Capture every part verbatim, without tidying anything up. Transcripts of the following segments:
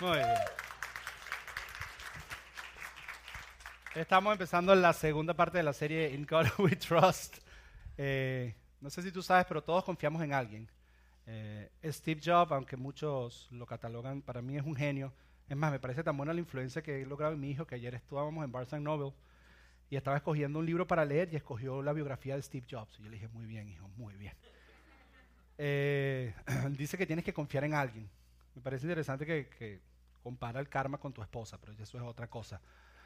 Muy bien. Estamos empezando la segunda parte de la serie In God We Trust. Eh, no sé si tú sabes, pero todos confiamos en alguien. Eh, Steve Jobs, aunque muchos lo catalogan, para mí es un genio. Es más, me parece tan buena la influencia que he logrado en mi hijo que ayer estábamos en Barnes and Noble y estaba escogiendo un libro para leer y escogió la biografía de Steve Jobs. Y yo le dije, muy bien, hijo, muy bien. Eh, dice que tienes que confiar en alguien. Me parece interesante que, que compara el karma con tu esposa, pero eso es otra cosa.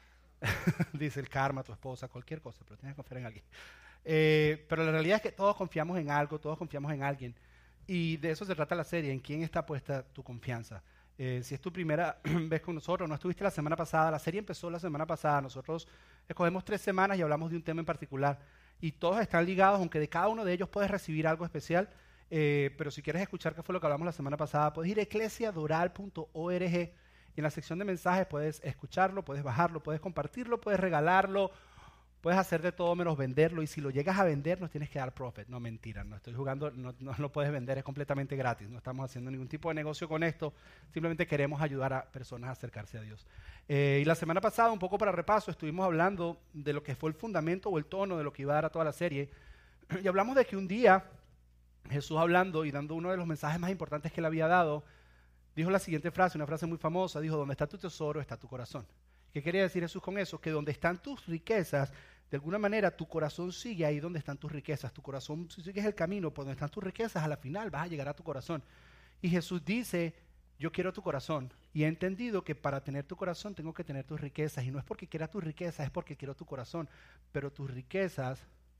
Dice el karma, tu esposa, cualquier cosa, pero tienes que confiar en alguien. Eh, pero la realidad es que todos confiamos en algo, todos confiamos en alguien. Y de eso se trata la serie, en quién está puesta tu confianza. Eh, si es tu primera vez con nosotros, no estuviste la semana pasada, la serie empezó la semana pasada, nosotros escogemos tres semanas y hablamos de un tema en particular. Y todos están ligados, aunque de cada uno de ellos puedes recibir algo especial. Eh, pero si quieres escuchar qué fue lo que hablamos la semana pasada, puedes ir a eclesiadoral punto org y en la sección de mensajes puedes escucharlo, puedes bajarlo, puedes compartirlo, puedes regalarlo, puedes hacer de todo menos venderlo. Y si lo llegas a vender, nos tienes que dar profit. No, mentira, no estoy jugando, no, no lo puedes vender, es completamente gratis. No estamos haciendo ningún tipo de negocio con esto, simplemente queremos ayudar a personas a acercarse a Dios. Eh, y la semana pasada, un poco para repaso, estuvimos hablando de lo que fue el fundamento o el tono de lo que iba a dar a toda la serie. Y hablamos de que un día Jesús, hablando y dando uno de los mensajes más importantes que él había dado, dijo la siguiente frase, una frase muy famosa, dijo, donde está tu tesoro, está tu corazón. ¿Qué quería decir Jesús con eso? Que donde están tus riquezas, de alguna manera tu corazón sigue ahí donde están tus riquezas. Tu corazón, si sigues el camino por donde están tus riquezas, a la final vas a llegar a tu corazón. Y Jesús dice, yo quiero tu corazón. Y he entendido que para tener tu corazón tengo que tener tus riquezas. Y no es porque quiera tus riquezas, es porque quiero tu corazón. Pero tus riquezas,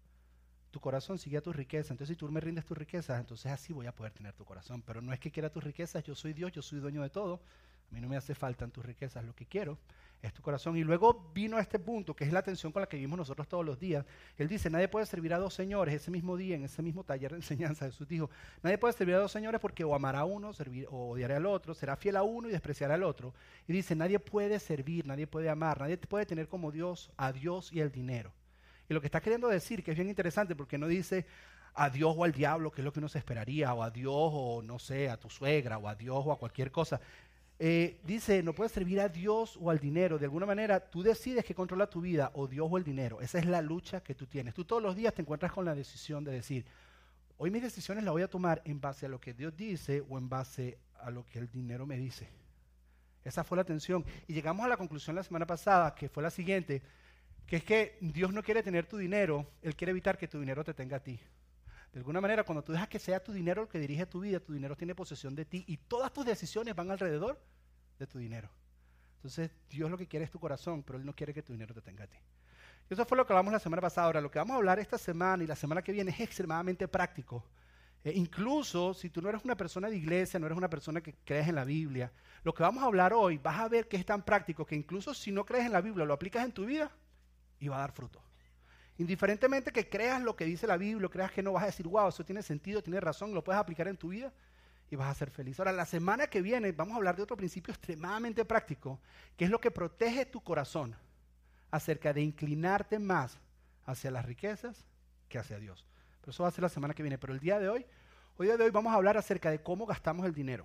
tu corazón sigue a tus riquezas. Entonces si tú me rindes tus riquezas, entonces así voy a poder tener tu corazón. Pero no es que quiera tus riquezas, yo soy Dios, yo soy dueño de todo. A mí no me hace falta tus riquezas, lo que quiero es tu corazón. Y luego vino a este punto, que es la tensión con la que vivimos nosotros todos los días. Él dice, nadie puede servir a dos señores. Ese mismo día, en ese mismo taller de enseñanza, Jesús dijo, nadie puede servir a dos señores porque o amará a uno servir, o odiará al otro, será fiel a uno y despreciará al otro. Y dice, nadie puede servir, nadie puede amar, nadie puede tener como Dios a Dios y el dinero. Y lo que está queriendo decir, que es bien interesante, porque no dice a Dios o al diablo, que es lo que uno se esperaría, o a Dios o no sé, a tu suegra, o a Dios o a cualquier cosa. Eh, dice, no puedes servir a Dios o al dinero. De alguna manera, tú decides que controla tu vida, o Dios o el dinero. Esa es la lucha que tú tienes. Tú todos los días te encuentras con la decisión de decir, hoy mis decisiones las voy a tomar en base a lo que Dios dice o en base a lo que el dinero me dice. Esa fue la tensión. Y llegamos a la conclusión la semana pasada, que fue la siguiente, que es que Dios no quiere tener tu dinero, Él quiere evitar que tu dinero te tenga a ti. De alguna manera, cuando tú dejas que sea tu dinero el que dirige tu vida, tu dinero tiene posesión de ti y todas tus decisiones van alrededor de tu dinero. Entonces, Dios lo que quiere es tu corazón, pero Él no quiere que tu dinero te tenga a ti. Y eso fue lo que hablamos la semana pasada. Ahora, lo que vamos a hablar esta semana y la semana que viene es extremadamente práctico. Eh, incluso si tú no eres una persona de iglesia, no eres una persona que crees en la Biblia, lo que vamos a hablar hoy, vas a ver que es tan práctico que incluso si no crees en la Biblia, lo aplicas en tu vida y va a dar fruto. Indiferentemente que creas lo que dice la Biblia, creas que no, vas a decir, wow, eso tiene sentido, tiene razón, lo puedes aplicar en tu vida y vas a ser feliz. Ahora, la semana que viene vamos a hablar de otro principio extremadamente práctico, que es lo que protege tu corazón acerca de inclinarte más hacia las riquezas que hacia Dios. Pero eso va a ser la semana que viene. Pero el día de hoy, hoy día de hoy vamos a hablar acerca de cómo gastamos el dinero.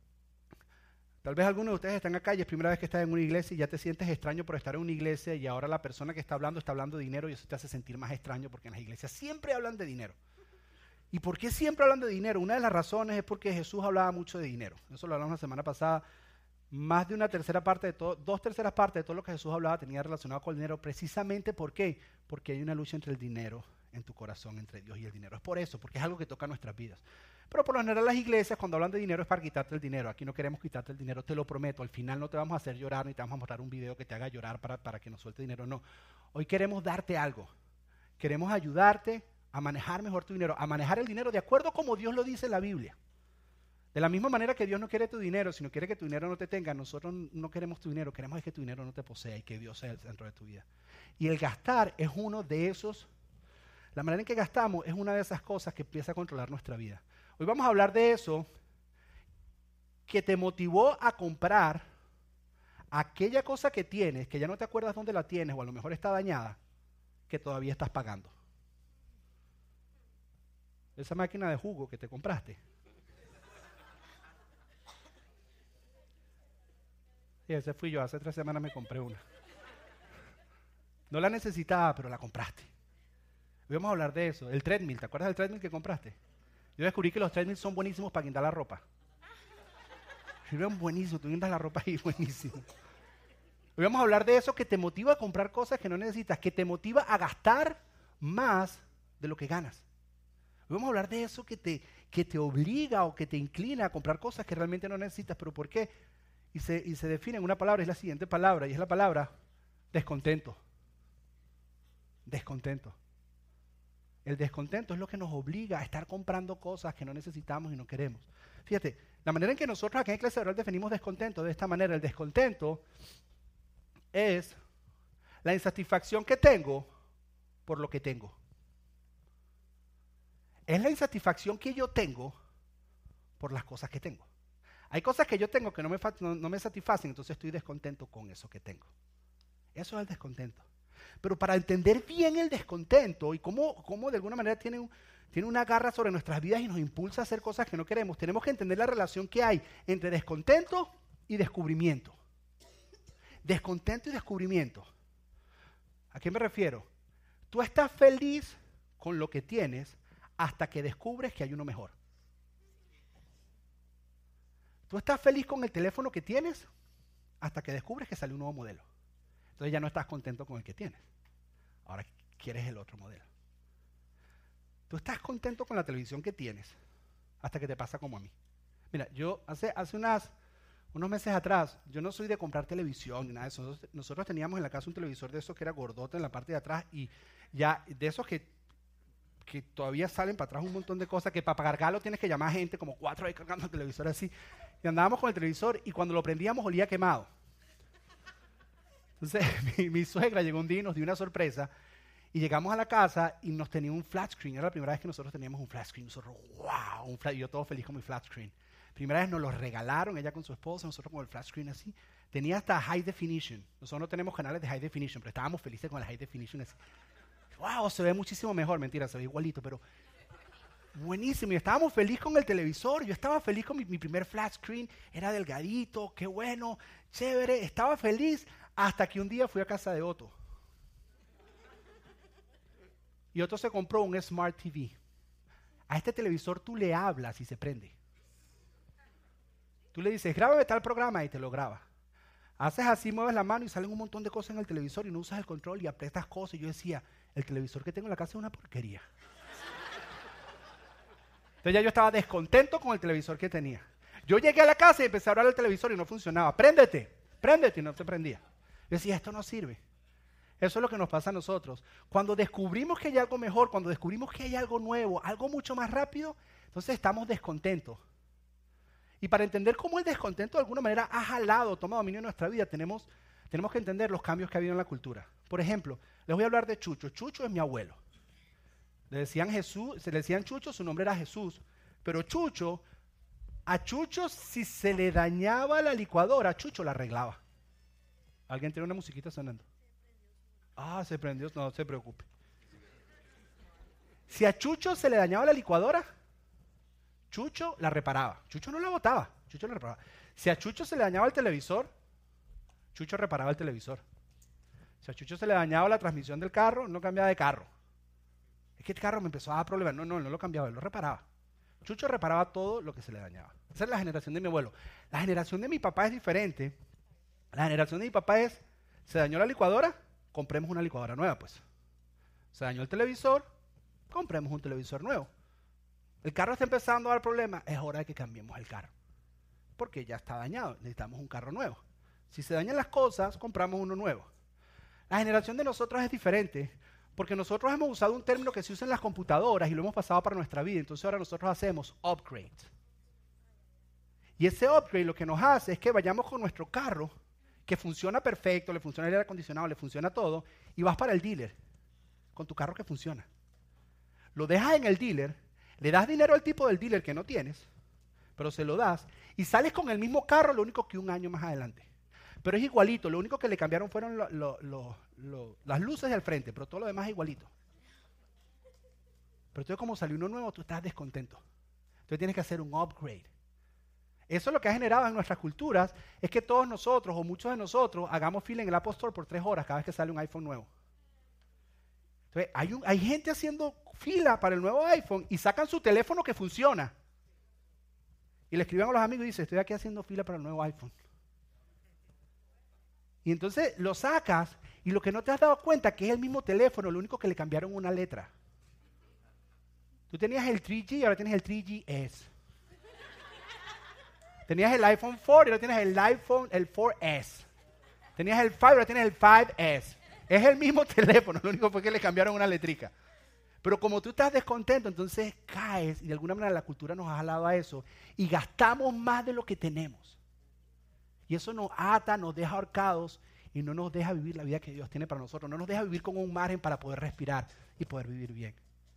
Tal vez algunos de ustedes están acá y es primera vez que estás en una iglesia y ya te sientes extraño por estar en una iglesia y ahora la persona que está hablando está hablando de dinero y eso te hace sentir más extraño porque en las iglesias siempre hablan de dinero. ¿Y por qué siempre hablan de dinero? Una de las razones es porque Jesús hablaba mucho de dinero. Eso lo hablamos la semana pasada. Más de una tercera parte de todo, dos terceras partes de todo lo que Jesús hablaba tenía relacionado con el dinero. Precisamente ¿por qué? Porque hay una lucha entre el dinero en tu corazón, entre Dios y el dinero. Es por eso, porque es algo que toca nuestras vidas. Pero por lo general las iglesias cuando hablan de dinero es para quitarte el dinero. Aquí no queremos quitarte el dinero, te lo prometo. Al final no te vamos a hacer llorar ni te vamos a mostrar un video que te haga llorar para, para que nos suelte dinero. No, hoy queremos darte algo. Queremos ayudarte a manejar mejor tu dinero, a manejar el dinero de acuerdo como Dios lo dice en la Biblia. De la misma manera que Dios no quiere tu dinero, sino quiere que tu dinero no te tenga, nosotros no queremos tu dinero, queremos es que tu dinero no te posea y que Dios sea el centro de tu vida. Y el gastar es uno de esos, la manera en que gastamos es una de esas cosas que empieza a controlar nuestra vida. Hoy vamos a hablar de eso que te motivó a comprar aquella cosa que tienes, que ya no te acuerdas dónde la tienes o a lo mejor está dañada, que todavía estás pagando. Esa máquina de jugo que te compraste. Y ese fui yo, hace tres semanas me compré una. No la necesitaba, pero la compraste. Hoy vamos a hablar de eso. El treadmill, ¿te acuerdas del treadmill que compraste? Yo descubrí que los treadmills son buenísimos para guindar la ropa. Sirven buenísimo, tú guindas la ropa ahí, buenísimo. Hoy vamos a hablar de eso que te motiva a comprar cosas que no necesitas, que te motiva a gastar más de lo que ganas. Hoy vamos a hablar de eso que te, que te obliga o que te inclina a comprar cosas que realmente no necesitas. ¿Pero por qué? Y se, y se define en una palabra, es la siguiente palabra, y es la palabra descontento. Descontento. El descontento es lo que nos obliga a estar comprando cosas que no necesitamos y no queremos. Fíjate, la manera en que nosotros aquí en Iglesia Oral definimos descontento de esta manera, el descontento es la insatisfacción que tengo por lo que tengo. Es la insatisfacción que yo tengo por las cosas que tengo. Hay cosas que yo tengo que no me, no, no me satisfacen, entonces estoy descontento con eso que tengo. Eso es el descontento. Pero para entender bien el descontento y cómo, cómo de alguna manera tiene, un, tiene una garra sobre nuestras vidas y nos impulsa a hacer cosas que no queremos, tenemos que entender la relación que hay entre descontento y descubrimiento. Descontento y descubrimiento. ¿A qué me refiero? Tú estás feliz con lo que tienes hasta que descubres que hay uno mejor. Tú estás feliz con el teléfono que tienes hasta que descubres que sale un nuevo modelo. Entonces ya no estás contento con el que tienes. Ahora quieres el otro modelo. Tú estás contento con la televisión que tienes hasta que te pasa como a mí. Mira, yo hace, hace unas, unos meses atrás, yo no soy de comprar televisión ni nada de eso. Nosotros, nosotros teníamos en la casa un televisor de esos que era gordote en la parte de atrás y ya de esos que, que todavía salen para atrás un montón de cosas que para cargarlo tienes que llamar a gente como cuatro ahí cargando el televisor así. Y andábamos con el televisor y cuando lo prendíamos olía quemado. Entonces mi, mi suegra llegó un día y nos dio una sorpresa y llegamos a la casa y nos tenía un flat screen. Era la primera vez que nosotros teníamos un flat screen. Nosotros, wow, un flat, y yo todo feliz con mi flat screen. Primera vez nos lo regalaron, ella con su esposa, nosotros con el flat screen así. Tenía hasta high definition. Nosotros no tenemos canales de high definition, pero estábamos felices con el high definition así. Wow, se ve muchísimo mejor. Mentira, se ve igualito, pero buenísimo. Y estábamos felices con el televisor. Yo estaba feliz con mi, mi primer flat screen. Era delgadito, qué bueno, chévere. Estaba feliz hasta que un día fui a casa de Otto. Y Otto se compró un Smart T V. A este televisor tú le hablas y se prende. Tú le dices, grábame tal programa y te lo graba. Haces así, mueves la mano y salen un montón de cosas en el televisor y no usas el control y aprietas cosas. Y yo decía, el televisor que tengo en la casa es una porquería. Entonces ya yo estaba descontento con el televisor que tenía. Yo llegué a la casa y empecé a hablar del televisor y no funcionaba. Préndete, préndete y no se prendía. Yo decía, esto no sirve. Eso es lo que nos pasa a nosotros. Cuando descubrimos que hay algo mejor, cuando descubrimos que hay algo nuevo, algo mucho más rápido, entonces estamos descontentos. Y para entender cómo el descontento de alguna manera ha jalado, toma dominio en nuestra vida, tenemos, tenemos que entender los cambios que ha habido en la cultura. Por ejemplo, les voy a hablar de Chucho. Chucho es mi abuelo. Le decían Jesús, se le decían Chucho, su nombre era Jesús. Pero Chucho, a Chucho si se le dañaba la licuadora, Chucho la arreglaba. ¿Alguien tiene una musiquita sonando? Ah, se prendió, no se preocupe. Si a Chucho se le dañaba la licuadora, Chucho la reparaba. Chucho no la botaba, Chucho la reparaba. Si a Chucho se le dañaba el televisor, Chucho reparaba el televisor. Si a Chucho se le dañaba la transmisión del carro, no cambiaba de carro. Es que el carro me empezó a dar problemas. No, no, no lo cambiaba, él lo reparaba. Chucho reparaba todo lo que se le dañaba. Esa es la generación de mi abuelo. La generación de mi papá es diferente. La generación de mi papá es, se dañó la licuadora, compremos una licuadora nueva, pues. Se dañó el televisor, compremos un televisor nuevo. El carro está empezando a dar problemas, es hora de que cambiemos el carro. Porque ya está dañado, necesitamos un carro nuevo. Si se dañan las cosas, compramos uno nuevo. La generación de nosotros es diferente, porque nosotros hemos usado un término que se usa en las computadoras y lo hemos pasado para nuestra vida. Entonces ahora nosotros hacemos upgrade. Y ese upgrade lo que nos hace es que vayamos con nuestro carro, que funciona perfecto, le funciona el aire acondicionado, le funciona todo, y vas para el dealer con tu carro que funciona. Lo dejas en el dealer, le das dinero al tipo del dealer que no tienes, pero se lo das, y sales con el mismo carro, lo único que un año más adelante. Pero es igualito, lo único que le cambiaron fueron lo, lo, lo, lo, las luces del frente, pero todo lo demás es igualito. Pero entonces como salió uno nuevo, tú estás descontento. Entonces tienes que hacer un upgrade. Eso lo que ha generado en nuestras culturas es que todos nosotros, o muchos de nosotros, hagamos fila en el Apple Store por tres horas cada vez que sale un iPhone nuevo. Entonces, hay, un, hay gente haciendo fila para el nuevo iPhone y sacan su teléfono que funciona. Y le escriben a los amigos y dicen, estoy aquí haciendo fila para el nuevo iPhone. Y entonces lo sacas y lo que no te has dado cuenta que es el mismo teléfono, lo único que le cambiaron una letra. Tú tenías el tres G y ahora tienes el tres G S. Tenías el iPhone cuatro y ahora tienes el iPhone, el cuatro S. Tenías el cinco y ahora tienes el cinco S. Es el mismo teléfono, lo único fue que le cambiaron una letrica. Pero como tú estás descontento, entonces caes y de alguna manera la cultura nos ha jalado a eso y gastamos más de lo que tenemos. Y eso nos ata, nos deja ahorcados y no nos deja vivir la vida que Dios tiene para nosotros. No nos deja vivir con un margen para poder respirar y poder vivir bien.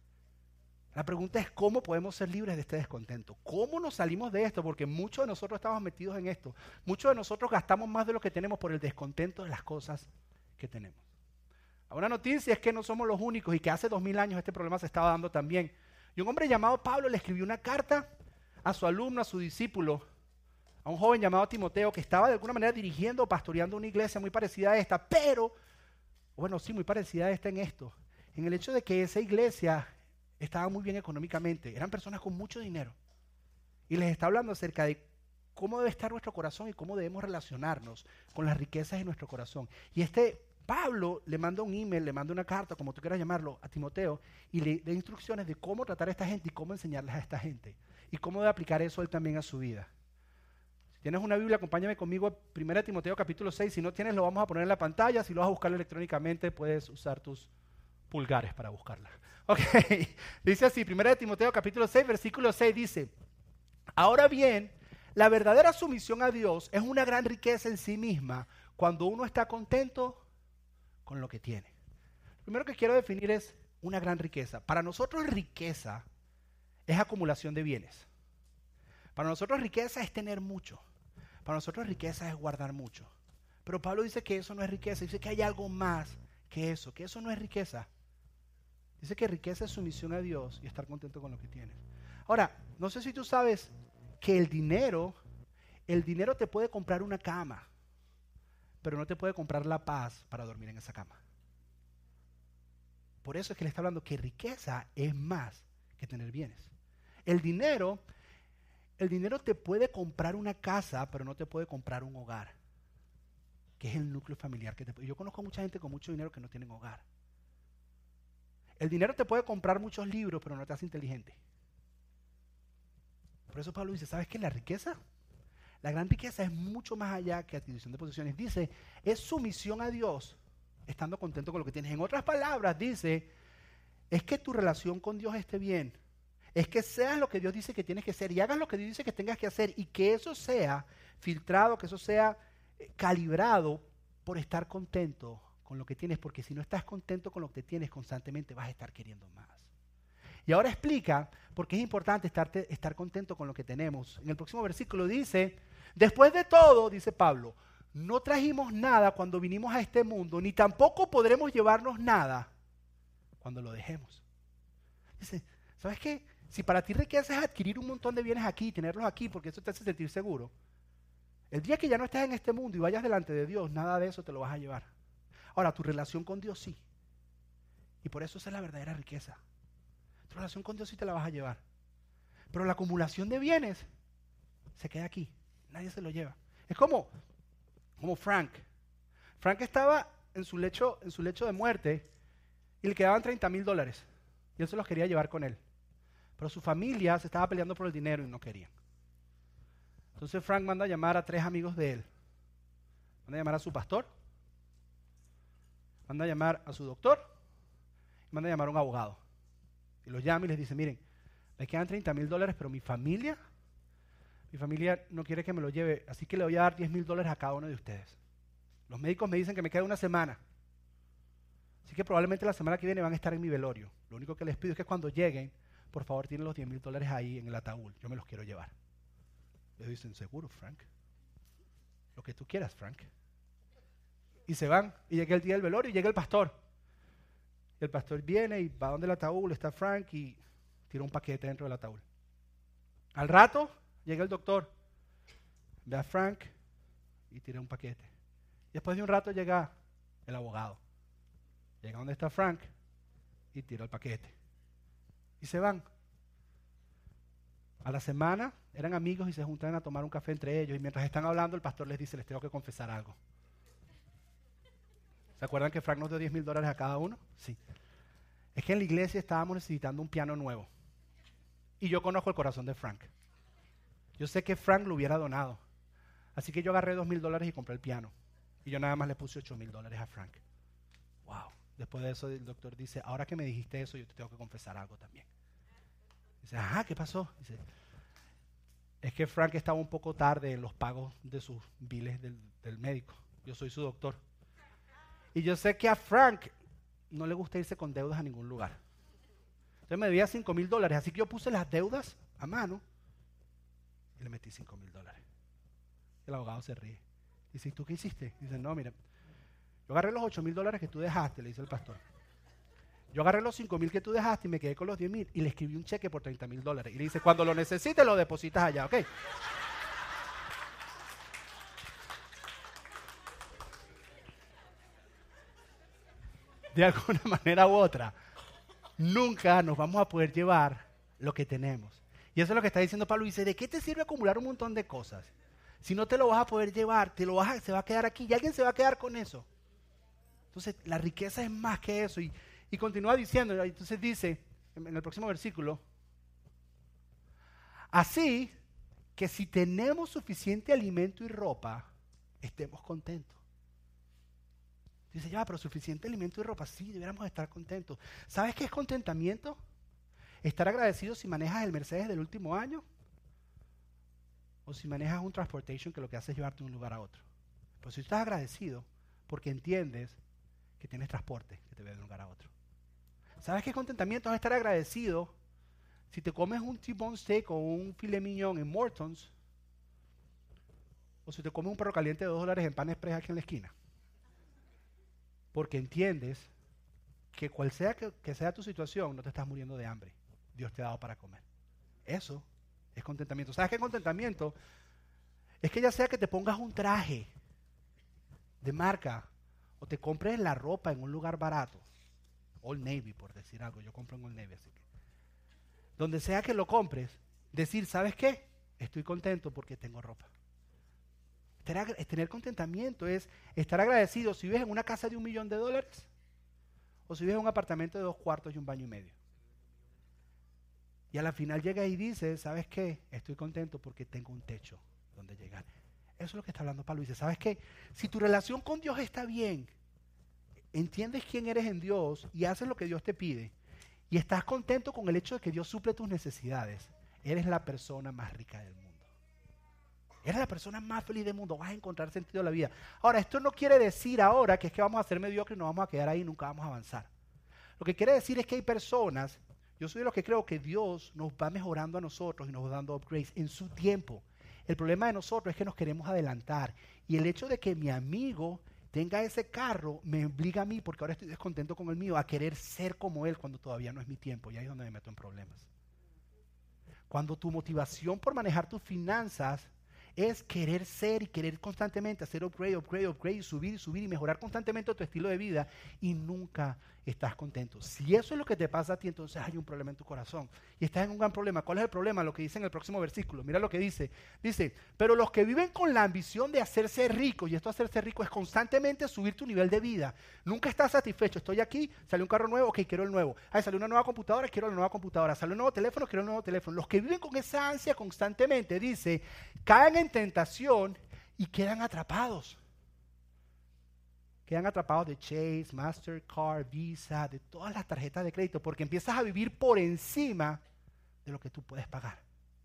La pregunta es cómo podemos ser libres de este descontento. ¿Cómo nos salimos de esto? Porque muchos de nosotros estamos metidos en esto. Muchos de nosotros gastamos más de lo que tenemos por el descontento de las cosas que tenemos. La buena noticia es que no somos los únicos y que hace dos mil años este problema se estaba dando también. Y un hombre llamado Pablo le escribió una carta a su alumno, a su discípulo, a un joven llamado Timoteo que estaba de alguna manera dirigiendo o pastoreando una iglesia muy parecida a esta, pero, bueno, sí, muy parecida a esta en esto, en el hecho de que esa iglesia estaba muy bien económicamente, eran personas con mucho dinero. Y les está hablando acerca de cómo debe estar nuestro corazón y cómo debemos relacionarnos con las riquezas de nuestro corazón. Y este Pablo le manda un email, le manda una carta, como tú quieras llamarlo, a Timoteo, y le da instrucciones de cómo tratar a esta gente y cómo enseñarles a esta gente. Y cómo debe aplicar eso él también a su vida. Si tienes una Biblia, acompáñame conmigo a primera Timoteo capítulo seis. Si no tienes, lo vamos a poner en la pantalla. Si lo vas a buscar electrónicamente, puedes usar tus pulgares para buscarla. Ok, dice así, primera Timoteo capítulo seis, versículo seis, dice, ahora bien, la verdadera sumisión a Dios es una gran riqueza en sí misma cuando uno está contento con lo que tiene. Lo primero que quiero definir es una gran riqueza. Para nosotros riqueza es acumulación de bienes. Para nosotros riqueza es tener mucho. Para nosotros riqueza es guardar mucho. Pero Pablo dice que eso no es riqueza. Dice que hay algo más que eso, que eso no es riqueza. Dice que riqueza es sumisión a Dios y estar contento con lo que tienes. Ahora, no sé si tú sabes que el dinero, el dinero te puede comprar una cama, pero no te puede comprar la paz para dormir en esa cama. Por eso es que le está hablando que riqueza es más que tener bienes. El dinero, el dinero te puede comprar una casa, pero no te puede comprar un hogar, que es el núcleo familiar. Que te, yo conozco mucha gente con mucho dinero que no tienen hogar. El dinero te puede comprar muchos libros, pero no te hace inteligente. Por eso Pablo dice, ¿sabes qué? La riqueza, la gran riqueza es mucho más allá que adquisición de posesiones. Dice, es sumisión a Dios, estando contento con lo que tienes. En otras palabras, dice, es que tu relación con Dios esté bien. Es que seas lo que Dios dice que tienes que ser y hagas lo que Dios dice que tengas que hacer y que eso sea filtrado, que eso sea calibrado por estar contento con lo que tienes, porque si no estás contento con lo que tienes, constantemente vas a estar queriendo más. Y ahora explica por qué es importante estarte, estar contento con lo que tenemos. En el próximo versículo dice, después de todo, dice Pablo, no trajimos nada cuando vinimos a este mundo, ni tampoco podremos llevarnos nada cuando lo dejemos. Dice, ¿sabes qué? Si para ti riqueza es adquirir un montón de bienes aquí, tenerlos aquí, porque eso te hace sentir seguro, el día que ya no estés en este mundo y vayas delante de Dios, nada de eso te lo vas a llevar. Ahora, tu relación con Dios sí. Y por eso esa es la verdadera riqueza. Tu relación con Dios sí te la vas a llevar. Pero la acumulación de bienes se queda aquí. Nadie se lo lleva. Es como, como Frank. Frank estaba en su lecho, en su lecho de muerte y le quedaban treinta mil dólares. Y él se los quería llevar con él. Pero su familia se estaba peleando por el dinero y no querían. Entonces Frank manda a llamar a tres amigos de él. Manda a llamar a su pastor, manda a llamar a su doctor y manda a llamar a un abogado. Y los llama y les dice, miren, me quedan treinta mil dólares, pero mi familia, mi familia no quiere que me lo lleve, así que le voy a dar diez mil dólares a cada uno de ustedes. Los médicos me dicen que me queda una semana, así que probablemente la semana que viene van a estar en mi velorio. Lo único que les pido es que cuando lleguen, por favor, tienen los diez mil dólares ahí en el ataúd, yo me los quiero llevar. Ellos dicen, seguro, Frank, lo que tú quieras, Frank. Y se van, y llega el día del velorio y llega el pastor. El pastor viene y va donde el ataúd, está Frank y tira un paquete dentro del ataúd. Al rato llega el doctor ve a Frank y tira un paquete. Y después de un rato llega el abogado. Llega donde está Frank y tira el paquete. Y se van. A la semana eran amigos y se juntan a tomar un café entre ellos. Y mientras están hablando, el pastor les dice, les tengo que confesar algo. ¿Se acuerdan que Frank nos dio diez mil dólares a cada uno? Sí. Es que en la iglesia estábamos necesitando un piano nuevo. Y yo conozco el corazón de Frank. Yo sé que Frank lo hubiera donado. Así que yo agarré dos mil dólares y compré el piano. Y yo nada más le puse ocho mil dólares a Frank. Wow. Después de eso el doctor dice, ahora que me dijiste eso, yo te tengo que confesar algo también. Dice, ajá, ¿qué pasó? Dice, es que Frank estaba un poco tarde en los pagos de sus biles del, del médico. Yo soy su doctor. Y yo sé que a Frank no le gusta irse con deudas a ningún lugar. Entonces me debía cinco mil dólares, así que yo puse las deudas a mano y le metí cinco mil dólares. El abogado se ríe. Dice, ¿y tú qué hiciste? Dice, no, mira, yo agarré los ocho mil dólares que tú dejaste, le dice el pastor. Yo agarré los cinco mil que tú dejaste y me quedé con los diez mil y le escribí un cheque por treinta mil dólares. Y le dice, cuando lo necesites lo depositas allá, ¿ok? De alguna manera u otra, nunca nos vamos a poder llevar lo que tenemos. Y eso es lo que está diciendo Pablo. Dice, ¿de qué te sirve acumular un montón de cosas? Si no te lo vas a poder llevar, te lo vas a, se va a quedar aquí y alguien se va a quedar con eso. Entonces, la riqueza es más que eso. Y, y continúa diciendo, entonces dice, en, en el próximo versículo, así que si tenemos suficiente alimento y ropa, estemos contentos. Dice, ya, pero suficiente alimento y ropa, sí, deberíamos estar contentos. ¿Sabes qué es contentamiento? Estar agradecido si manejas el Mercedes del último año o si manejas un transportation que lo que hace es llevarte de un lugar a otro. Pues si estás agradecido porque entiendes que tienes transporte que te ve de un lugar a otro. ¿Sabes qué contentamiento es estar agradecido si te comes un T-bone steak o un filet mignon en Morton's o si te comes un perro caliente de dos dólares en Pan Express aquí en la esquina? Porque entiendes que cual sea que, que sea tu situación, no te estás muriendo de hambre. Dios te ha dado para comer. Eso es contentamiento. ¿Sabes qué contentamiento? Es que ya sea que te pongas un traje de marca o te compres la ropa en un lugar barato, Old Navy por decir algo, yo compro en Old Navy, así que donde sea que lo compres, decir, ¿sabes qué? Estoy contento porque tengo ropa. Tener contentamiento es estar agradecido si vives en una casa de un millón de dólares o si vives en un apartamento de dos cuartos y un baño y medio. Y a la final llega y dice, ¿sabes qué? Estoy contento porque tengo un techo donde llegar. Eso es lo que está hablando Pablo. Dice, ¿sabes qué? Si tu relación con Dios está bien, entiendes quién eres en Dios y haces lo que Dios te pide y estás contento con el hecho de que Dios suple tus necesidades, eres la persona más rica del mundo. Eres la persona más feliz del mundo, vas a encontrar sentido en la vida. Ahora, esto no quiere decir ahora que es que vamos a ser mediocres y nos vamos a quedar ahí y nunca vamos a avanzar. Lo que quiere decir es que hay personas, yo soy de los que creo que Dios nos va mejorando a nosotros y nos va dando upgrades en su tiempo. El problema de nosotros es que nos queremos adelantar. Y el hecho de que mi amigo tenga ese carro me obliga a mí, porque ahora estoy descontento con el mío, a querer ser como él cuando todavía no es mi tiempo. Y ahí es donde me meto en problemas. Cuando tu motivación por manejar tus finanzas es querer ser y querer constantemente hacer upgrade, upgrade, upgrade, y subir y subir y mejorar constantemente tu estilo de vida y nunca estás contento. Si eso es lo que te pasa a ti, entonces hay un problema en tu corazón y estás en un gran problema. ¿Cuál es el problema? Lo que dice en el próximo versículo. Mira lo que dice. Dice, pero los que viven con la ambición de hacerse ricos, y esto hacerse rico es constantemente subir tu nivel de vida. Nunca estás satisfecho. Estoy aquí, salió un carro nuevo, ok, quiero el nuevo. Ay, salió una nueva computadora, quiero la nueva computadora. Salió un nuevo teléfono, quiero el nuevo teléfono. Los que viven con esa ansia constantemente, dice, caen en tentación y quedan atrapados. Quedan atrapados de Chase, Mastercard, Visa, de todas las tarjetas de crédito, porque empiezas a vivir por encima de lo que tú puedes pagar.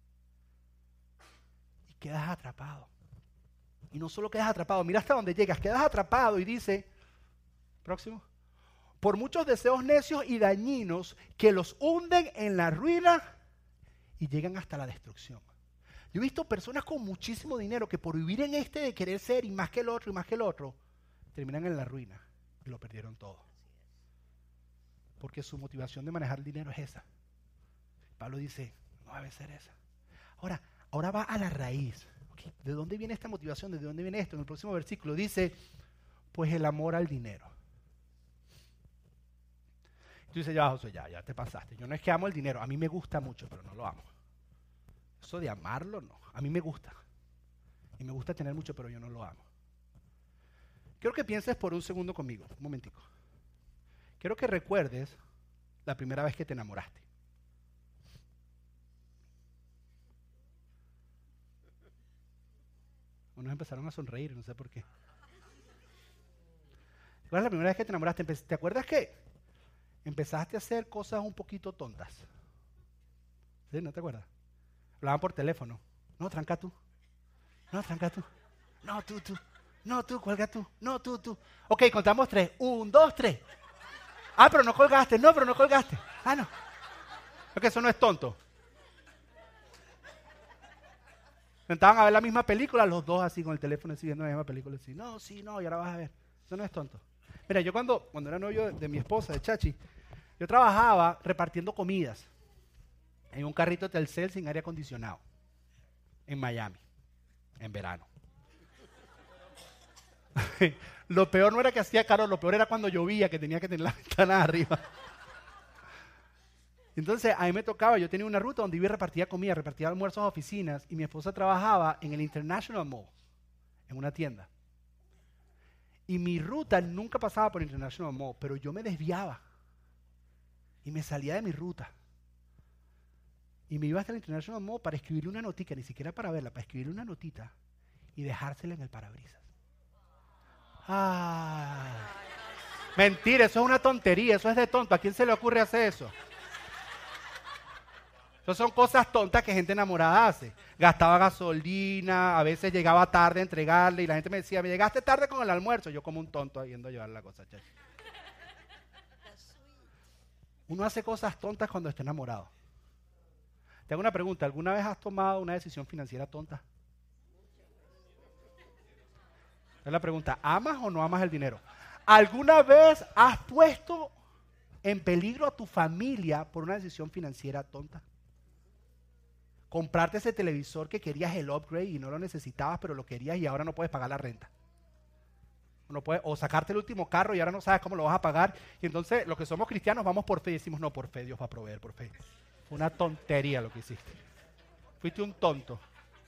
Y quedas atrapado. Y no solo quedas atrapado, mira hasta dónde llegas, quedas atrapado y dice, próximo, por muchos deseos necios y dañinos que los hunden en la ruina y llegan hasta la destrucción. Yo he visto personas con muchísimo dinero que por vivir en este de querer ser y más que el otro y más que el otro, terminan en la ruina y lo perdieron todo. Porque su motivación de manejar el dinero es esa. Pablo dice, no debe ser esa. Ahora, ahora va a la raíz. ¿qué, ¿de dónde viene esta motivación? ¿De dónde viene esto? En el próximo versículo dice, pues el amor al dinero. Tú dices, ya Josué, ya, ya te pasaste. Yo no es que amo el dinero, a mí me gusta mucho, pero no lo amo. Eso de amarlo, no. A mí me gusta. Y me gusta tener mucho, pero yo no lo amo. Quiero que pienses por un segundo conmigo, un momentico. Quiero que recuerdes la primera vez que te enamoraste. Unos empezaron a sonreír, no sé por qué. ¿Cuál es la primera vez que te enamoraste? ¿Te acuerdas que empezaste a hacer cosas un poquito tontas? ¿Sí? ¿No te acuerdas? Hablaban por teléfono. No, tranca tú. No, tranca tú. No, tú, tú. No, tú, cuelga tú. No, tú, tú. Ok, contamos tres. Un, dos, tres. Ah, pero no colgaste. No, pero no colgaste. Ah, no. Porque eso no es tonto. Sentaban a ver la misma película, los dos así con el teléfono así viendo la misma película. Así, no, sí, no, y ahora vas a ver. Eso no es tonto. Mira, yo cuando, cuando era novio de, de mi esposa, de Chachi, yo trabajaba repartiendo comidas en un carrito de Telcel sin aire acondicionado en Miami, en verano. Lo peor no era que hacía calor, lo peor era cuando llovía, que tenía que tener la ventana arriba. Entonces, a mí me tocaba, yo tenía una ruta donde iba y repartía comida, repartía almuerzos a oficinas, y mi esposa trabajaba en el International Mall, en una tienda. Y mi ruta nunca pasaba por International Mall, pero yo me desviaba. Y me salía de mi ruta. Y me iba hasta el International Mall para escribirle una notita, ni siquiera para verla, para escribirle una notita y dejársela en el parabrisas. Ah, mentira, eso es una tontería, eso es de tonto. ¿A quién se le ocurre hacer eso? Eso son cosas tontas que gente enamorada hace. Gastaba gasolina, a veces llegaba tarde a entregarle y la gente me decía, me llegaste tarde con el almuerzo. Yo como un tonto yendo a llevar la cosa, chacho. Uno hace cosas tontas cuando está enamorado. Te hago una pregunta, ¿alguna vez has tomado una decisión financiera tonta? Es la pregunta, ¿amas o no amas el dinero? ¿Alguna vez has puesto en peligro a tu familia por una decisión financiera tonta? Comprarte ese televisor que querías el upgrade y no lo necesitabas, pero lo querías y ahora no puedes pagar la renta. No puedes, o sacarte el último carro y ahora no sabes cómo lo vas a pagar. Y entonces, los que somos cristianos vamos por fe y decimos, no, por fe, Dios va a proveer, por fe. Fue una tontería lo que hiciste. Fuiste un tonto.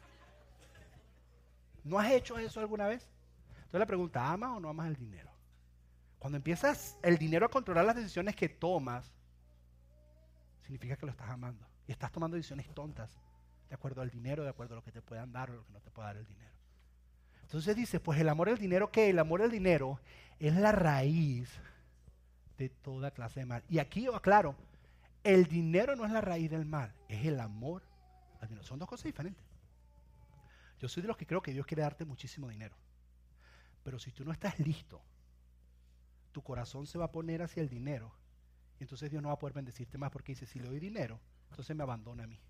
¿No has hecho eso alguna vez? Entonces la pregunta, ¿amas o no amas el dinero? Cuando empiezas el dinero a controlar las decisiones que tomas, significa que lo estás amando. Y estás tomando decisiones tontas, de acuerdo al dinero, de acuerdo a lo que te puedan dar o lo que no te pueda dar el dinero. Entonces dice, pues el amor al dinero, ¿qué? El amor al dinero es la raíz de toda clase de mal. Y aquí yo aclaro, el dinero no es la raíz del mal, es el amor al dinero. Son dos cosas diferentes. Yo soy de los que creo que Dios quiere darte muchísimo dinero. Pero si tú no estás listo, tu corazón se va a poner hacia el dinero. Y entonces Dios no va a poder bendecirte más porque dice, si le doy dinero, entonces me abandona a mí.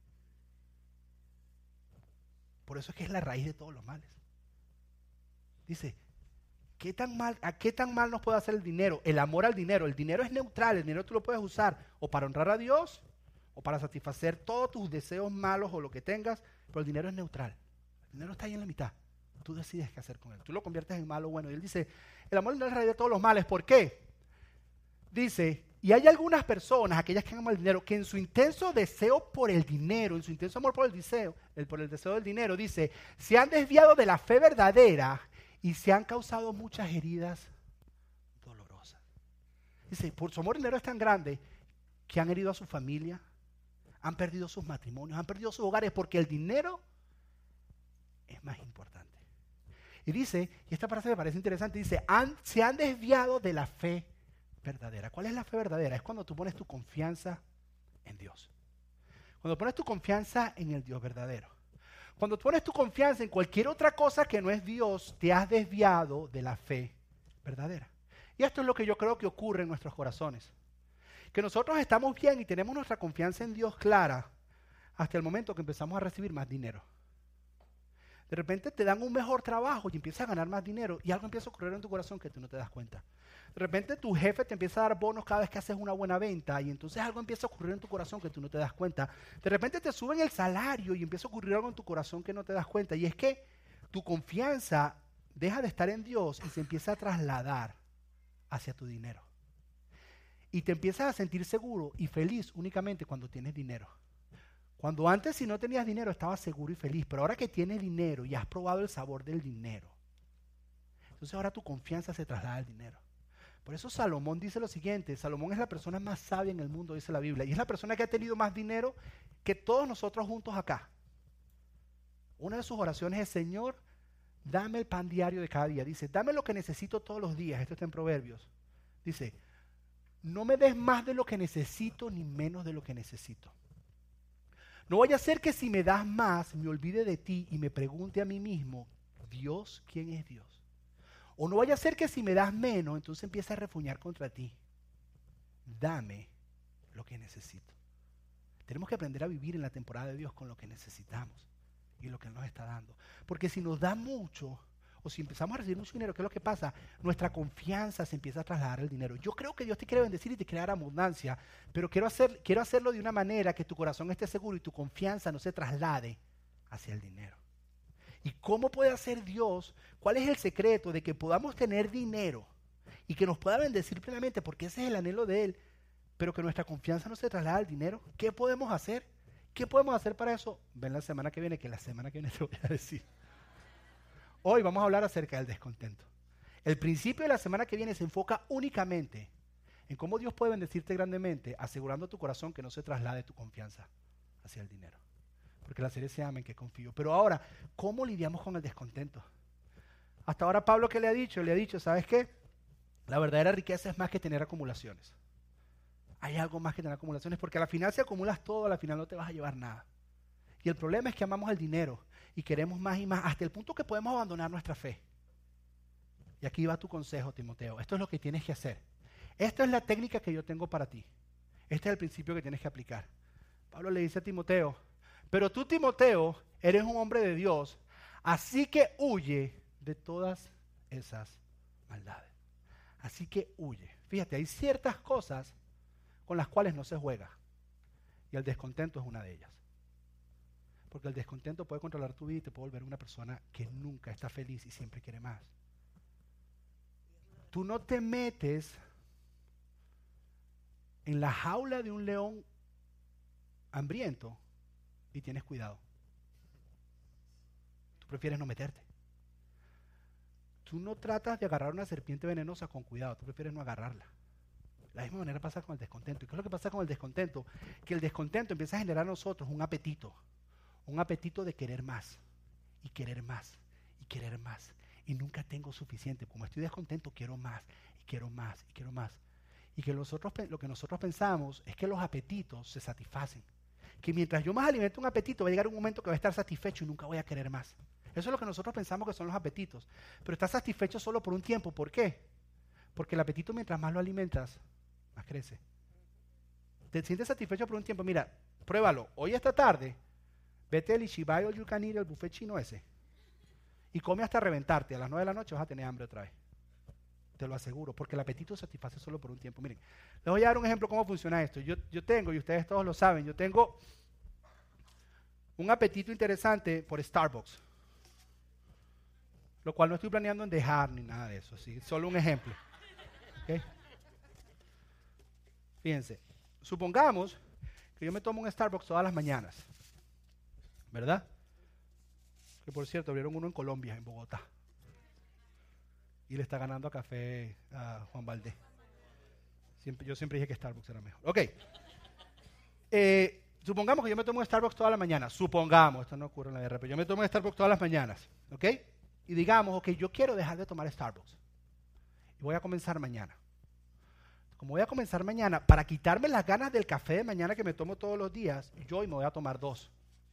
Por eso es que es la raíz de todos los males. Dice, ¿qué tan mal, ¿a qué tan mal nos puede hacer el dinero? El amor al dinero. El dinero es neutral, el dinero tú lo puedes usar o para honrar a Dios o para satisfacer todos tus deseos malos o lo que tengas, pero el dinero es neutral. El dinero está ahí en la mitad. Tú decides qué hacer con él. Tú lo conviertes en malo o bueno. Y él dice, el amor es la raíz de todos los males. ¿Por qué? Dice, y hay algunas personas, aquellas que aman el dinero, que en su intenso deseo por el dinero, en su intenso amor por el deseo, el, por el deseo del dinero, dice, se han desviado de la fe verdadera y se han causado muchas heridas dolorosas. Dice, por su amor al dinero es tan grande que han herido a su familia, han perdido sus matrimonios, han perdido sus hogares, porque el dinero es más importante. Y dice, y esta frase me parece interesante, dice, han, se han desviado de la fe verdadera. ¿Cuál es la fe verdadera? Es cuando tú pones tu confianza en Dios. Cuando pones tu confianza en el Dios verdadero. Cuando tú pones tu confianza en cualquier otra cosa que no es Dios, te has desviado de la fe verdadera. Y esto es lo que yo creo que ocurre en nuestros corazones. Que nosotros estamos bien y tenemos nuestra confianza en Dios clara hasta el momento que empezamos a recibir más dinero. De repente te dan un mejor trabajo y empiezas a ganar más dinero y algo empieza a ocurrir en tu corazón que tú no te das cuenta. De repente tu jefe te empieza a dar bonos cada vez que haces una buena venta y entonces algo empieza a ocurrir en tu corazón que tú no te das cuenta. De repente te suben el salario y empieza a ocurrir algo en tu corazón que no te das cuenta. Y es que tu confianza deja de estar en Dios y se empieza a trasladar hacia tu dinero. Y te empiezas a sentir seguro y feliz únicamente cuando tienes dinero. Cuando antes, si no tenías dinero, estabas seguro y feliz, pero ahora que tienes dinero y has probado el sabor del dinero, entonces ahora tu confianza se traslada al dinero. Por eso Salomón dice lo siguiente: Salomón es la persona más sabia en el mundo, dice la Biblia, y es la persona que ha tenido más dinero que todos nosotros juntos acá. Una de sus oraciones es: Señor, dame el pan diario de cada día. Dice, dame lo que necesito todos los días. Esto está en Proverbios. Dice, no me des más de lo que necesito ni menos de lo que necesito. No vaya a ser que si me das más, me olvide de ti y me pregunte a mí mismo, Dios, ¿quién es Dios? O no vaya a ser que si me das menos, entonces empiece a refuñar contra ti. Dame lo que necesito. Tenemos que aprender a vivir en la temporada de Dios con lo que necesitamos y lo que Él nos está dando. Porque si nos da mucho, o si empezamos a recibir mucho dinero, ¿qué es lo que pasa? Nuestra confianza se empieza a trasladar al dinero. Yo creo que Dios te quiere bendecir y te quiere dar abundancia, pero quiero, hacer, quiero hacerlo de una manera que tu corazón esté seguro y tu confianza no se traslade hacia el dinero. ¿Y cómo puede hacer Dios? ¿Cuál es el secreto de que podamos tener dinero y que nos pueda bendecir plenamente? Porque ese es el anhelo de Él, pero que nuestra confianza no se traslade al dinero. ¿Qué podemos hacer? ¿Qué podemos hacer para eso? Ven la semana que viene, que la semana que viene te voy a decir. Hoy vamos a hablar acerca del descontento. El principio de la semana que viene se enfoca únicamente en cómo Dios puede bendecirte grandemente, asegurando a tu corazón que no se traslade tu confianza hacia el dinero. Porque la serie se llama En qué confío. Pero ahora, ¿cómo lidiamos con el descontento? Hasta ahora Pablo, ¿qué le ha dicho? Le ha dicho, ¿sabes qué? La verdadera riqueza es más que tener acumulaciones. Hay algo más que tener acumulaciones, porque al final si acumulas todo, al final no te vas a llevar nada. Y el problema es que amamos el dinero y queremos más y más, hasta el punto que podemos abandonar nuestra fe. Y aquí va tu consejo, Timoteo. Esto es lo que tienes que hacer. Esta es la técnica que yo tengo para ti. Este es el principio que tienes que aplicar. Pablo le dice a Timoteo, pero tú, Timoteo, eres un hombre de Dios, así que huye de todas esas maldades. Así que huye. Fíjate, hay ciertas cosas con las cuales no se juega. Y el descontento es una de ellas. Porque el descontento puede controlar tu vida y te puede volver una persona que nunca está feliz y siempre quiere más. Tú no te metes en la jaula de un león hambriento y tienes cuidado. Tú prefieres no meterte. Tú no tratas de agarrar una serpiente venenosa con cuidado, tú prefieres no agarrarla. La misma manera pasa con el descontento. ¿Y qué es lo que pasa con el descontento? Que el descontento empieza a generar en nosotros un apetito. Un apetito de querer más, y querer más, y querer más. Y nunca tengo suficiente. Como estoy descontento, quiero más, y quiero más, y quiero más. Y que nosotros, lo que nosotros pensamos es que los apetitos se satisfacen. Que mientras yo más alimento un apetito, va a llegar un momento que va a estar satisfecho y nunca voy a querer más. Eso es lo que nosotros pensamos que son los apetitos. Pero estás satisfecho solo por un tiempo. ¿Por qué? Porque el apetito, mientras más lo alimentas, más crece. Te sientes satisfecho por un tiempo. Mira, pruébalo. Hoy esta tarde, vete al Ishibai o Yukanir, el buffet chino ese, y come hasta reventarte. A las nueve de la noche vas a tener hambre otra vez. Te lo aseguro, porque el apetito se satisface solo por un tiempo. Miren, les voy a dar un ejemplo de cómo funciona esto. Yo, yo tengo, y ustedes todos lo saben, yo tengo un apetito interesante por Starbucks, lo cual no estoy planeando en dejar ni nada de eso, ¿sí? Solo un ejemplo. ¿Okay? Fíjense, supongamos que yo me tomo un Starbucks todas las mañanas, ¿verdad? Que por cierto, abrieron uno en Colombia, en Bogotá. Y le está ganando a café a Juan Valdés. Siempre, yo siempre dije que Starbucks era mejor. Ok. Eh, supongamos que yo me tomo un Starbucks todas las mañanas. Supongamos, esto no ocurre en la guerra, pero yo me tomo un Starbucks todas las mañanas. ¿Ok? Y digamos, ok, yo quiero dejar de tomar Starbucks. Y voy a comenzar mañana. Como voy a comenzar mañana, para quitarme las ganas del café de mañana que me tomo todos los días, yo hoy me voy a tomar dos.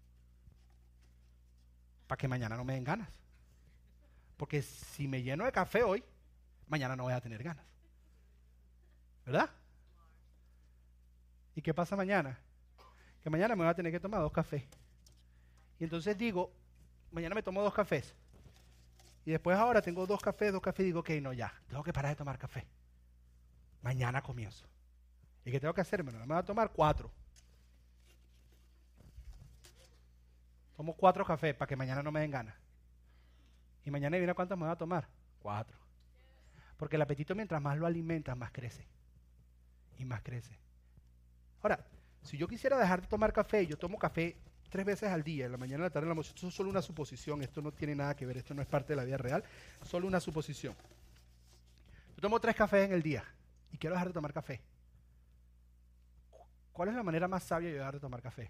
Para que mañana no me den ganas. Porque si me lleno de café hoy, mañana no voy a tener ganas. ¿Verdad? ¿Y qué pasa mañana? Que mañana me voy a tener que tomar dos cafés. Y entonces digo, mañana me tomo dos cafés. Y después ahora tengo dos cafés, dos cafés y digo, ok, no, ya, tengo que parar de tomar café. Mañana comienzo. ¿Y qué tengo que hacer? Bueno, me voy a tomar cuatro. Tomo cuatro cafés para que mañana no me den ganas. Y mañana viene cuántos me voy a tomar. Cuatro. Porque el apetito mientras más lo alimentas, más crece. Y más crece. Ahora, si yo quisiera dejar de tomar café, yo tomo café tres veces al día, en la mañana, en la tarde, en la noche. Esto es solo una suposición, esto no tiene nada que ver, esto no es parte de la vida real, solo una suposición. Yo tomo tres cafés en el día y quiero dejar de tomar café. ¿Cuál es la manera más sabia de dejar de tomar café?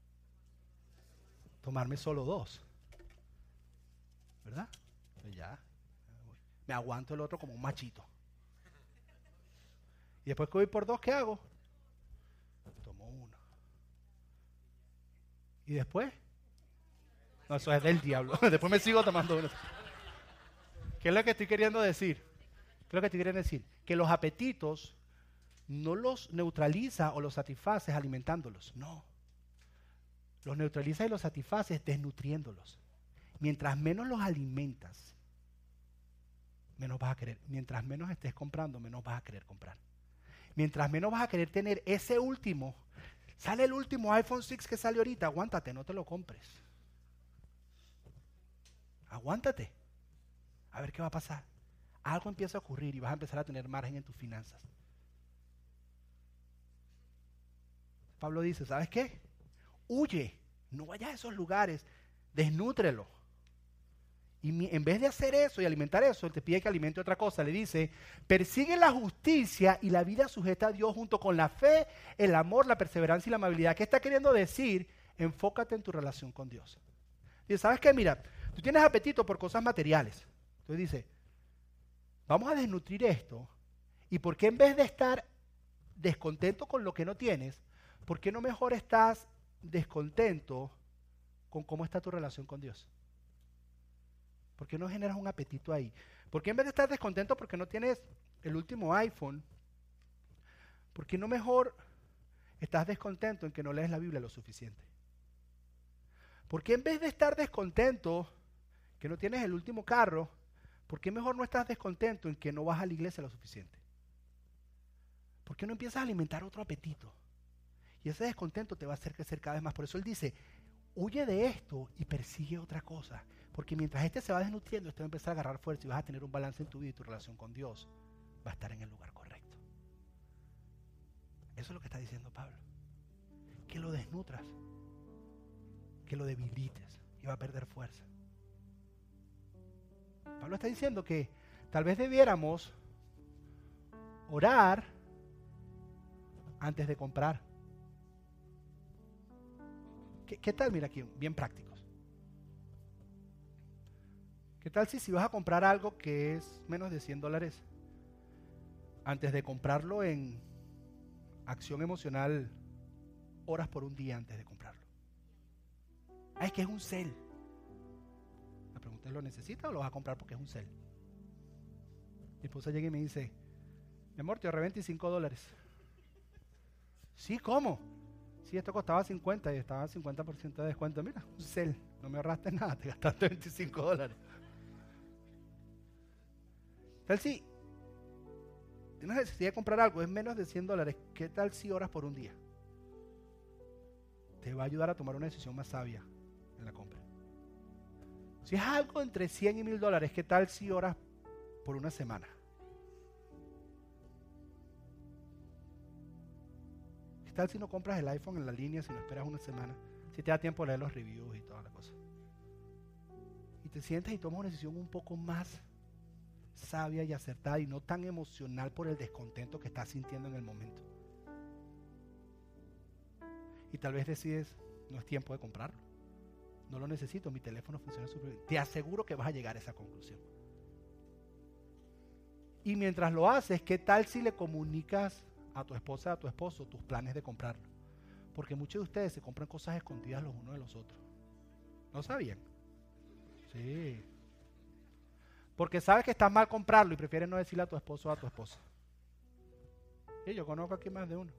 Tomarme solo dos. ¿Verdad? Pues ya. Me aguanto el otro como un machito. Y después que voy por dos, ¿qué hago? Tomo uno. ¿Y después? No, eso es del diablo. Después me sigo tomando uno. ¿Qué es lo que estoy queriendo decir? ¿Qué es lo que estoy queriendo decir? Que los apetitos no los neutraliza o los satisfaces alimentándolos. No. Los neutraliza y los satisfaces desnutriéndolos. Mientras menos los alimentas, menos vas a querer. Mientras menos estés comprando, menos vas a querer comprar. Mientras menos vas a querer tener ese último. Sale el último iPhone seis que sale ahorita, aguántate, no te lo compres. Aguántate. A ver qué va a pasar. Algo empieza a ocurrir y vas a empezar a tener margen en tus finanzas. Pablo dice, ¿sabes qué? Huye, no vayas a esos lugares, desnútrelo. Y mi, en vez de hacer eso y alimentar eso, él te pide que alimente otra cosa. Le dice, persigue la justicia y la vida sujeta a Dios junto con la fe, el amor, la perseverancia y la amabilidad. ¿Qué está queriendo decir? Enfócate en tu relación con Dios. Dice, ¿sabes qué? Mira, tú tienes apetito por cosas materiales. Entonces dice, vamos a desnutrir esto. ¿Y por qué en vez de estar descontento con lo que no tienes, por qué no mejor estás descontento con cómo está tu relación con Dios? ¿Por qué no generas un apetito ahí? ¿Por qué en vez de estar descontento porque no tienes el último iPhone, por qué no mejor estás descontento en que no lees la Biblia lo suficiente? ¿Por qué en vez de estar descontento que no tienes el último carro, por qué mejor no estás descontento en que no vas a la iglesia lo suficiente? ¿Por qué no empiezas a alimentar otro apetito? Y ese descontento te va a hacer crecer cada vez más. Por eso él dice, huye de esto y persigue otra cosa. Porque mientras este se va desnutriendo, este va a empezar a agarrar fuerza y vas a tener un balance en tu vida y tu relación con Dios va a estar en el lugar correcto. Eso es lo que está diciendo Pablo. Que lo desnutras, que lo debilites y va a perder fuerza. Pablo está diciendo que tal vez debiéramos orar antes de comprar. ¿Qué, qué tal? Mira aquí, bien prácticos. ¿Qué tal si, si vas a comprar algo que es menos de cien dólares, antes de comprarlo en acción emocional, oras por un día antes de comprarlo? Ah, es que es un cel. La pregunta es, ¿lo necesitas o lo vas a comprar porque es un cel? Mi esposa llega y me dice, mi amor, te ahorré veinticinco dólares. Sí, ¿cómo? Sí, esto costaba cincuenta y estaba cincuenta por ciento de descuento. Mira, un cel, no me ahorraste nada, te gastaste veinticinco dólares. ¿Qué tal si tienes necesidad de comprar algo, es menos de cien dólares? ¿Qué tal si oras por un día? Te va a ayudar a tomar una decisión más sabia en la compra. Si es algo entre cien y mil dólares, ¿qué tal si oras por una semana? ¿Qué tal si no compras el iPhone en la línea, si no esperas una semana? Si te da tiempo de leer los reviews y toda la cosa. Y te sientes y tomas una decisión un poco más sabia y acertada y no tan emocional por el descontento que estás sintiendo en el momento. Y tal vez decides, no es tiempo de comprarlo. No lo necesito, mi teléfono funciona súper bien. Te aseguro que vas a llegar a esa conclusión. Y mientras lo haces, ¿qué tal si le comunicas a tu esposa, a tu esposo, tus planes de comprarlo? Porque muchos de ustedes se compran cosas escondidas los unos de los otros. ¿No sabían? Sí. Porque sabes que está mal comprarlo y prefieres no decirle a tu esposo o a tu esposa. Y yo conozco aquí más de uno.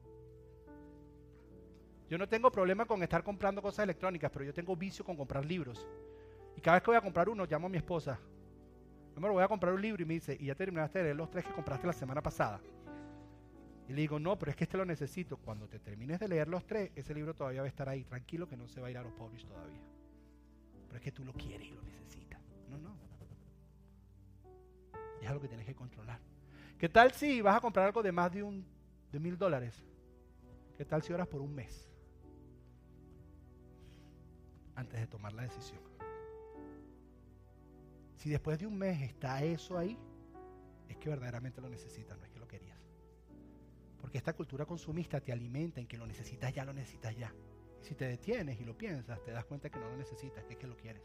Yo no tengo problema con estar comprando cosas electrónicas, pero yo tengo vicio con comprar libros. Y cada vez que voy a comprar uno, llamo a mi esposa. Número, voy a comprar un libro y me dice, ¿y ya terminaste de leer los tres que compraste la semana pasada? Y le digo, no, pero es que este lo necesito. Cuando te termines de leer los tres, ese libro todavía va a estar ahí. Tranquilo que no se va a ir a los publish todavía. Pero es que tú lo quieres y lo necesitas. No, no. Es algo que tienes que controlar. ¿Qué tal si vas a comprar algo de más de un de mil dólares? ¿Qué tal si oras por un mes? Antes de tomar la decisión. Si después de un mes está eso ahí, es que verdaderamente lo necesitas, no es que lo querías. Porque esta cultura consumista te alimenta en que lo necesitas ya, lo necesitas ya. Y si te detienes y lo piensas, te das cuenta que no lo necesitas, que es que lo quieres.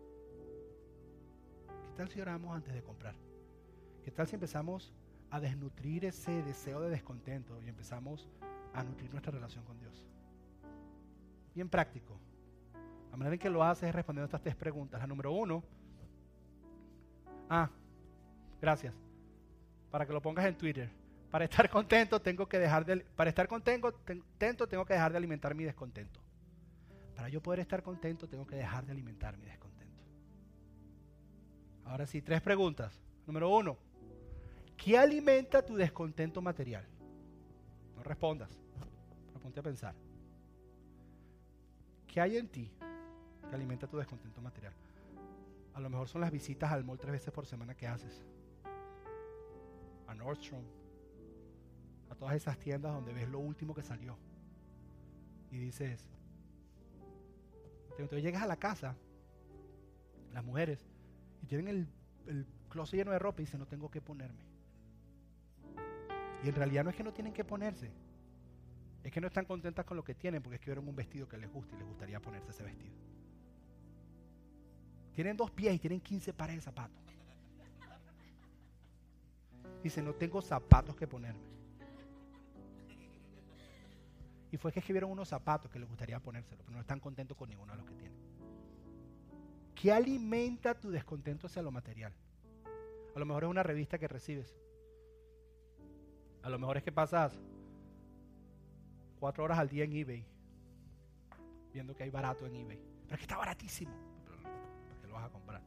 ¿Qué tal si oramos antes de comprar? ¿Qué tal si empezamos a desnutrir ese deseo de descontento y empezamos a nutrir nuestra relación con Dios? Bien práctico. La manera en que lo haces es respondiendo a estas tres preguntas. La número uno. Ah, gracias. Para que lo pongas en Twitter. Para estar contento tengo que dejar de para estar contento, contento tengo que dejar de alimentar mi descontento. Para yo poder estar contento tengo que dejar de alimentar mi descontento. Ahora sí, tres preguntas. Número uno. ¿Qué alimenta tu descontento material? No respondas. Pero ponte a pensar. ¿Qué hay en ti que alimenta tu descontento material? A lo mejor son las visitas al mall tres veces por semana que haces. A Nordstrom. A todas esas tiendas donde ves lo último que salió. Y dices, entonces llegas a la casa, las mujeres, y tienen el, el closet lleno de ropa y dicen, no tengo que ponerme. Y en realidad no es que no tienen que ponerse, es que no están contentas con lo que tienen porque es que vieron un vestido que les gusta y les gustaría ponerse ese vestido. Tienen dos pies y tienen quince pares de zapatos. Dicen, no tengo zapatos que ponerme. Y fue que es que vieron unos zapatos que les gustaría ponérselo, pero no están contentos con ninguno de los que tienen. ¿Qué alimenta tu descontento hacia lo material? A lo mejor es una revista que recibes. A lo mejor es que pasas cuatro horas al día en eBay, viendo que hay barato en eBay. Pero es que está baratísimo. ¿Para qué lo vas a comprar?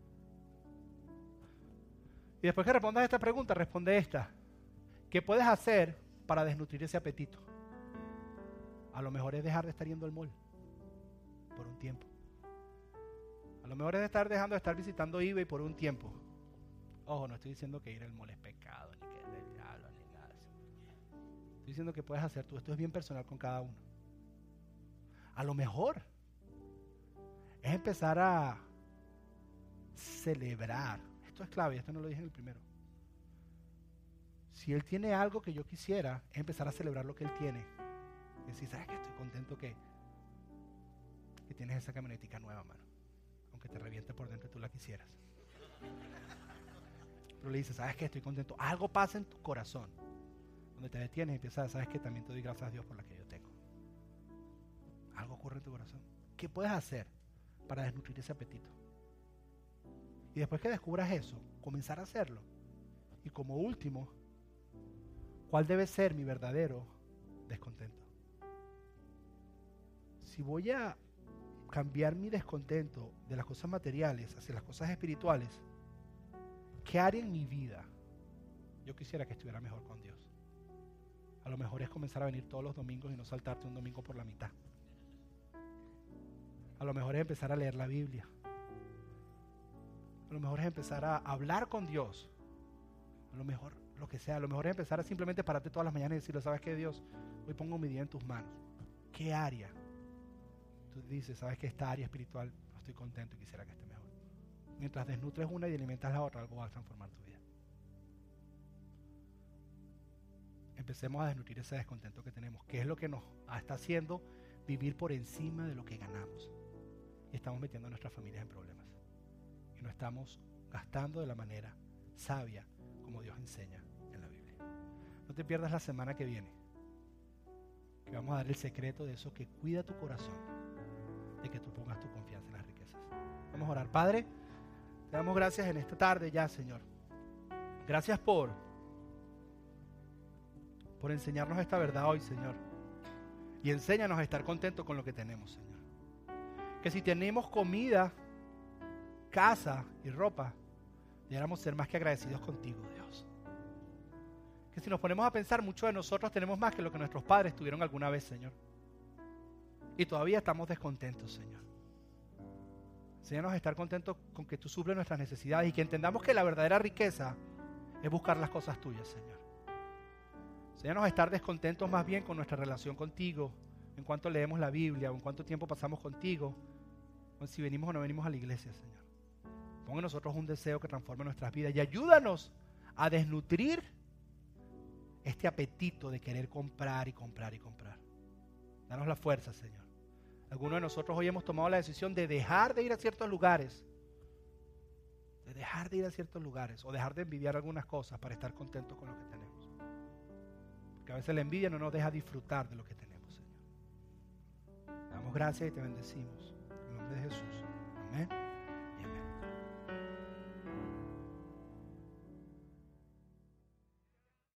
Y después que respondas esta pregunta, responde esta. ¿Qué puedes hacer para desnutrir ese apetito? A lo mejor es dejar de estar yendo al mall por un tiempo. A lo mejor es de estar dejando de estar visitando eBay por un tiempo. Ojo, no estoy diciendo que ir al mall es pecado, ni que es del diablo, ni nada de eso. Estoy diciendo que puedes hacer tú. Esto es bien personal con cada uno. A lo mejor es empezar a celebrar. Esto es clave, esto no lo dije en el primero. Si él tiene algo que yo quisiera, es empezar a celebrar lo que él tiene. Es decir, ¿sabes qué? Estoy contento que, que tienes esa camionetica nueva, mano. Aunque te reviente por dentro y tú la quisieras. Pero le dices, ¿sabes qué? Estoy contento. Algo pasa en tu corazón, donde te detienes y empiezas, ¿sabes qué? También te doy gracias a Dios por la que yo tengo. Algo ocurre en tu corazón. ¿Qué puedes hacer para desnutrir ese apetito? Y después que descubras eso, comenzar a hacerlo. Y como último, ¿cuál debe ser mi verdadero descontento? Si voy a cambiar mi descontento de las cosas materiales hacia las cosas espirituales, ¿qué área en mi vida yo quisiera que estuviera mejor con Dios? A lo mejor es comenzar a venir todos los domingos y no saltarte un domingo por la mitad. A lo mejor es empezar a leer la Biblia. A lo mejor es empezar a hablar con Dios. A lo mejor lo que sea. A lo mejor es empezar a simplemente pararte todas las mañanas y decirle, ¿sabes qué, Dios? Hoy pongo mi día en tus manos. ¿Qué área? Tú dices, ¿sabes qué? Esta área espiritual no estoy contento y quisiera que esté mejor. Mientras desnutres una y alimentas la otra, algo va a transformar tu vida. Empecemos a desnutrir ese descontento que tenemos, que es lo que nos está haciendo vivir por encima de lo que ganamos. Y estamos metiendo a nuestras familias en problemas. Y no estamos gastando de la manera sabia como Dios enseña en la Biblia. No te pierdas la semana que viene, que vamos a dar el secreto de eso que cuida tu corazón, de que tú pongas tu confianza en las riquezas. Vamos a orar. Padre, te damos gracias en esta tarde ya, Señor. Gracias por por enseñarnos esta verdad hoy, Señor. Y enséñanos a estar contentos con lo que tenemos, Señor. Que si tenemos comida casa y ropa, debiéramos ser más que agradecidos contigo, Dios. Que si nos ponemos a pensar, muchos de nosotros tenemos más que lo que nuestros padres tuvieron alguna vez, Señor. Y todavía estamos descontentos, Señor. Enséñanos a estar contentos con que tú suples nuestras necesidades y que entendamos que la verdadera riqueza es buscar las cosas tuyas, Señor. Enséñanos a estar descontentos más bien con nuestra relación contigo, en cuanto leemos la Biblia, o en cuánto tiempo pasamos contigo, o si venimos o no venimos a la iglesia, Señor. Pon en nosotros un deseo que transforme nuestras vidas y ayúdanos a desnutrir este apetito de querer comprar y comprar y comprar. Danos la fuerza, Señor. Algunos de nosotros hoy hemos tomado la decisión de dejar de ir a ciertos lugares, de dejar de ir a ciertos lugares o dejar de envidiar algunas cosas para estar contentos con lo que tenemos. Porque a veces la envidia no nos deja disfrutar de lo que tenemos, Señor. Te damos gracias y te bendecimos. En el nombre de Jesús. Amén.